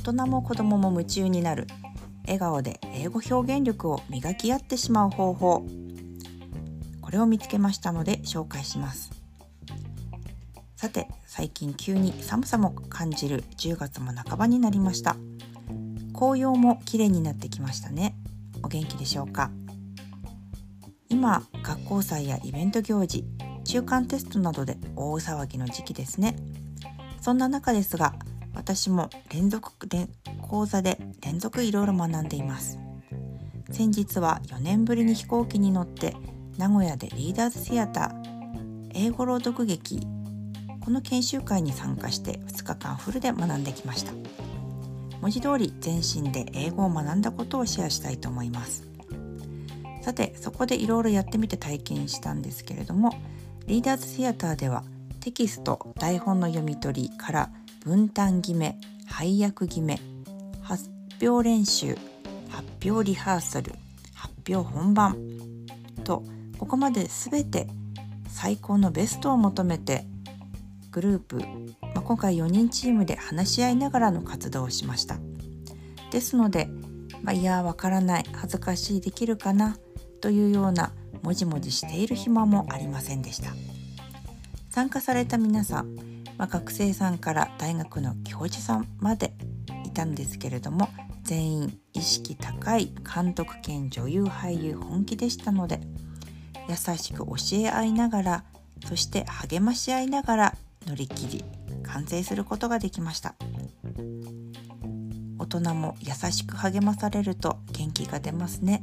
人も子供も夢中になる笑顔で英語表現力を磨き合ってしまう方法、これを見つけましたので紹介します。さて、最近急に寒さも感じる10月も半ばになりました。紅葉も綺麗になってきましたね。お元気でしょうか。今、学校祭やイベント行事、中間テストなどで大騒ぎの時期ですね。そんな中ですが、私も講座で連続いろいろ学んでいます。先日は4年ぶりに飛行機に乗って名古屋でリーダーズシアター英語朗読劇、この研修会に参加して2日間フルで学んできました。文字通り全身で英語を学んだことをシェアしたいと思います。さて、そこでいろいろやってみて体験したんですけれども、リーダーズシアターではテキスト、台本の読み取りから分担決め、配役決め、発表練習、発表リハーサル、発表本番と、ここまで全て最高のベストを求めてグループ、今回4人チームで話し合いながらの活動をしました。ですので、わからない、恥ずかしい、できるかなというようなもじもじしている暇もありませんでした。参加された皆さん、学生さんから大学の教授さんまでいたんですけれども、全員意識高い監督兼女優俳優本気でしたので、優しく教え合いながら、そして励まし合いながら乗り切り完成することができました。大人も優しく励まされると元気が出ますね。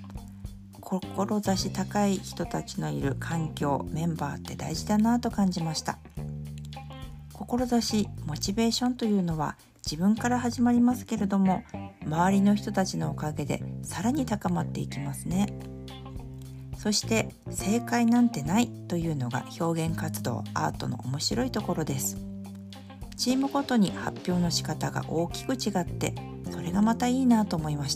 志高い人たちのいる環境、メンバーって大事だなと感じました。志、モチベーションというのは自分から始まりますけれども、周りの人たちのおかげでさらに高まっていきますね。そして正解なんてないというのが表現活動、アートの面白いところです。チームごとに発表の仕方が大きく違って、それがまたいいなと思いました。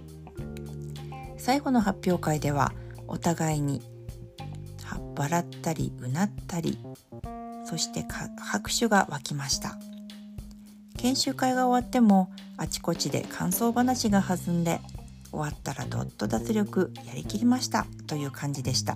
最後の発表会ではお互いに笑ったりうなったり、そして拍手が湧きました。研修会が終わってもあちこちで感想話が弾んで、終わったらどっと脱力、やりきりましたという感じでした。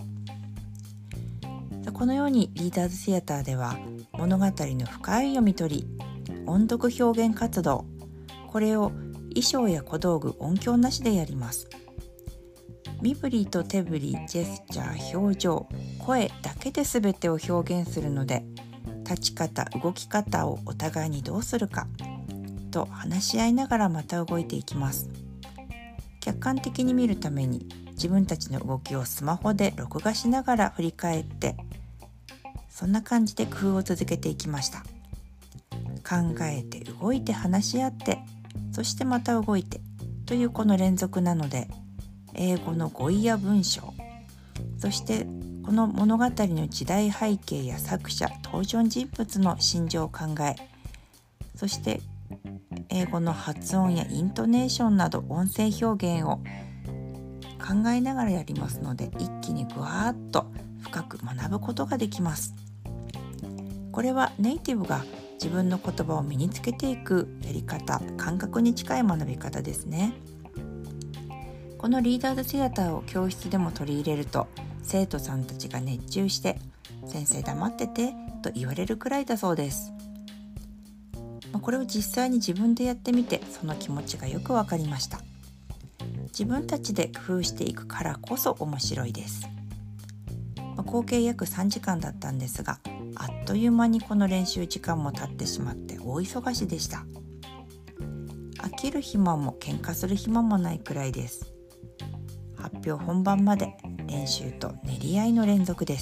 このようにリーダーズシアターでは物語の深い読み取り、音読表現活動、これを衣装や小道具、音響なしでやります。身振りと手振り、ジェスチャー、表情、声だけで全てを表現するので、立ち方、動き方をお互いにどうするかと話し合いながらまた動いていきます。客観的に見るために自分たちの動きをスマホで録画しながら振り返って、そんな感じで工夫を続けていきました。考えて動いて話し合って、そしてまた動いてというこの連続なので、英語の語彙や文章、そしてこの物語の時代背景や作者、登場人物の心情を考え、そして英語の発音やイントネーションなど音声表現を考えながらやりますので、一気にぐわーっと深く学ぶことができます。これはネイティブが自分の言葉を身につけていくやり方、感覚に近い学び方ですね。このリーダーズシアターを教室でも取り入れると、生徒さんたちが熱中して、先生黙っててと言われるくらいだそうです。これを実際に自分でやってみて、その気持ちがよくわかりました。自分たちで工夫していくからこそ面白いです。合計約3時間だったんですが、あっという間にこの練習時間も経ってしまって大忙しでした。飽きる暇も喧嘩する暇もないくらいです。発表本番まで練習と練り合いの連続です。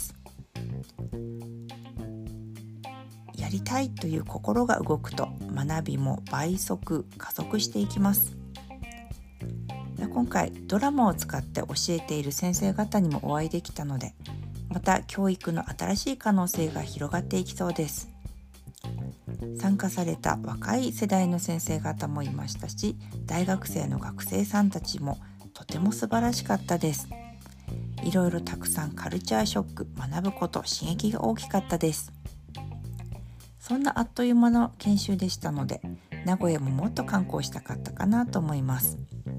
やりたいという心が動くと、学びも倍速加速していきます。今回ドラマを使って教えている先生方にもお会いできたので、また教育の新しい可能性が広がっていきそうです。参加された若い世代の先生方もいましたし、大学生の学生さんたちもとても素晴らしかったです。いろいろたくさんカルチャーショック、学ぶこと、刺激が大きかったです。そんなあっという間の研修でしたので、 名古屋ももっと観光したかったかなと思います。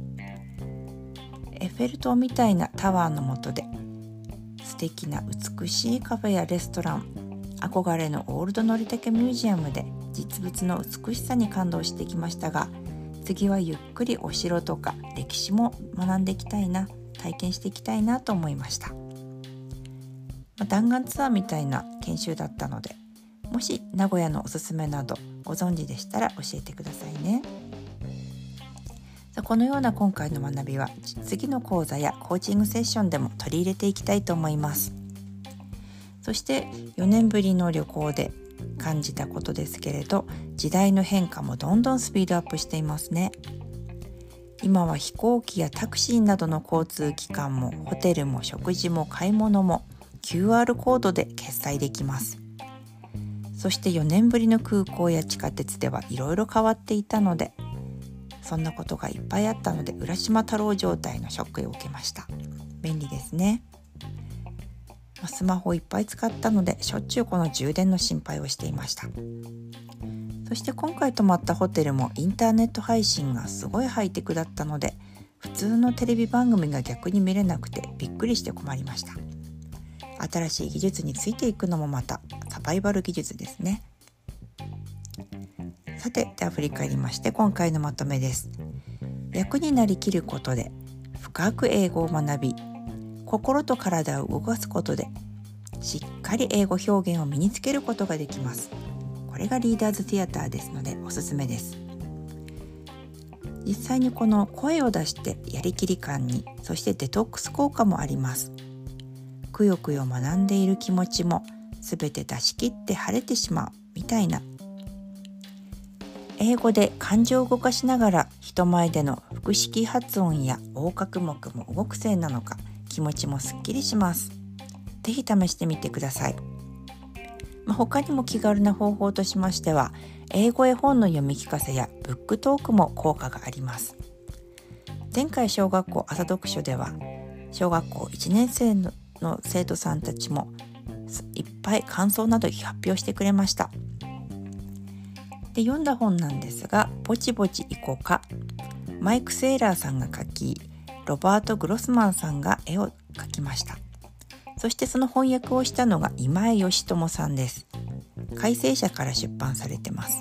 エッフェル塔みたいなタワーの下で素敵な美しいカフェやレストラン、憧れのオールドノリタケミュージアムで実物の美しさに感動してきましたが、次はゆっくりお城とか歴史も学んでいきたいな、体験していきたいなと思いました。弾丸ツアーみたいな研修だったので、もし名古屋のおすすめなどご存知でしたら教えてくださいね。このような今回の学びは次の講座やコーチングセッションでも取り入れていきたいと思います。そして4年ぶりの旅行で感じたことですけれど、時代の変化もどんどんスピードアップしていますね。今は飛行機やタクシーなどの交通機関もホテルも食事も買い物も QR コードで決済できます。そして4年ぶりの空港や地下鉄ではいろいろ変わっていたので、そんなことがいっぱいあったので浦島太郎状態のショックを受けました。便利ですね。スマホをいっぱい使ったのでしょっちゅうこの充電の心配をしていました。そして今回泊まったホテルもインターネット配信がすごいハイテクだったので、普通のテレビ番組が逆に見れなくてびっくりして困りました。新しい技術についていくのもまたサバイバル技術ですね。さて、では振り返りまして今回のまとめです。役になりきることで深く英語を学び、心と体を動かすことでしっかり英語表現を身につけることができます。これがリーダーズ・ティアターですのでおすすめです。実際にこの声を出してやりきり感に、そしてデトックス効果もあります。くよくよ学んでいる気持ちもすべて出し切って晴れてしまうみたいな、英語で感情を動かしながら人前での腹式発音や横隔膜も動くせいなのか、気持ちもすっきりします。ぜひ試してみてください。他にも気軽な方法としましては、英語絵本の読み聞かせやブックトークも効果があります。前回小学校朝読書では小学校1年生の生徒さんたちもいっぱい感想など発表してくれました。で、読んだ本なんですが、ぼちぼちいこうか、マイク・セーラーさんが書き、ロバート・グロスマンさんが絵を描きました。そしてその翻訳をしたのが今江義智さんです。改正社から出版されてます。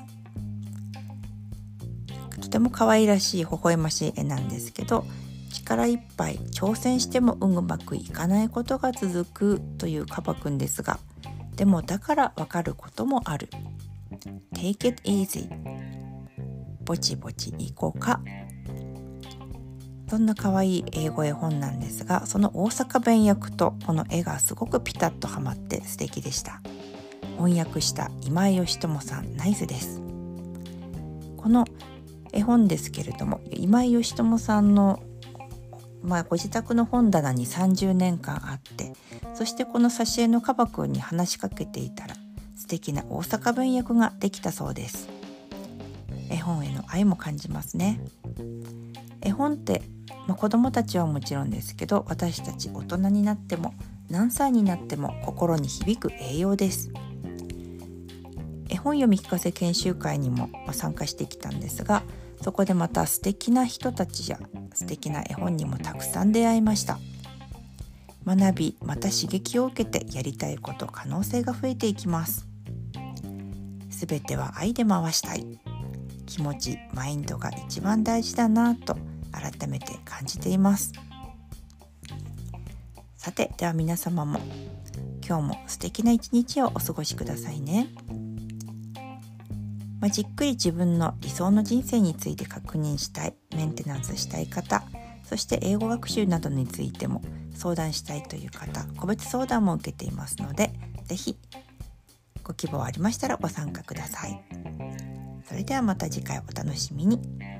とても可愛らしい微笑ましい絵なんですけど、力いっぱい挑戦してもうまくいかないことが続くというカバくんですが、でもだからわかることもある。Take it easy。ぼちぼちいこうか。そんな可愛い英語絵本なんですが、その大阪弁訳とこの絵がすごくピタッとはまって素敵でした。翻訳した今井義智さん、ナイスです。この絵本ですけれども、今井義智さんのご自宅の本棚に30年間あって、そしてこの挿絵のカバくんに話しかけていたら素敵な大阪弁訳ができたそうです。絵本への愛も感じますね。絵本って、子どもたちはもちろんですけど、私たち大人になっても何歳になっても心に響く栄養です。絵本読み聞かせ研修会にも参加してきたんですが、そこでまた素敵な人たちや素敵な絵本にもたくさん出会いました。学び、また刺激を受けてやりたいこと、可能性が増えていきます。すべては愛で回したい。気持ち、マインドが一番大事だなと改めて感じています。さて、では皆様も今日も素敵な一日をお過ごしくださいね。じっくり自分の理想の人生について確認したい、メンテナンスしたい方、そして英語学習などについても相談したいという方、個別相談も受けていますので、ぜひご希望ありましたらご参加ください。それではまた次回お楽しみに。